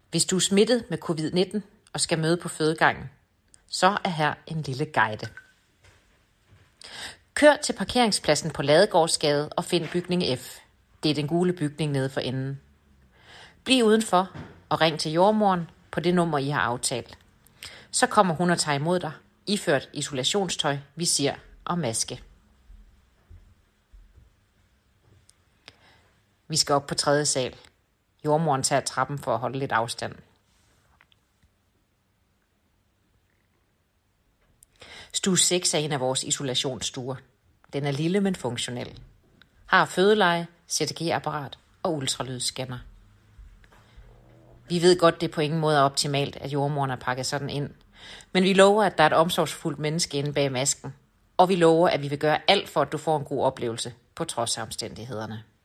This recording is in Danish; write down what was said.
Hvis du er smittet med covid-19 og skal møde på fødegangen, så er her en lille guide. Kør til parkeringspladsen på Ladegårdsgade og find bygning F. Det er den gule bygning nede for enden. Bliv udenfor og ring til jordmoren på det nummer, I har aftalt. Så kommer hun og tager imod dig, iført isolationstøj, visir og maske. Vi skal op på 3. sal. Jordmoren tager trappen for at holde lidt afstand. Stue 6 er en af vores isolationsstuer. Den er lille, men funktionel. Har fødeleje, CTG-apparat og ultralydsscanner. Vi ved godt, det på ingen måde er optimalt, at jordmoren er pakket sådan ind. Men vi lover, at der er et omsorgsfuldt menneske inde bag masken. Og vi lover, at vi vil gøre alt for, at du får en god oplevelse, på trods af omstændighederne.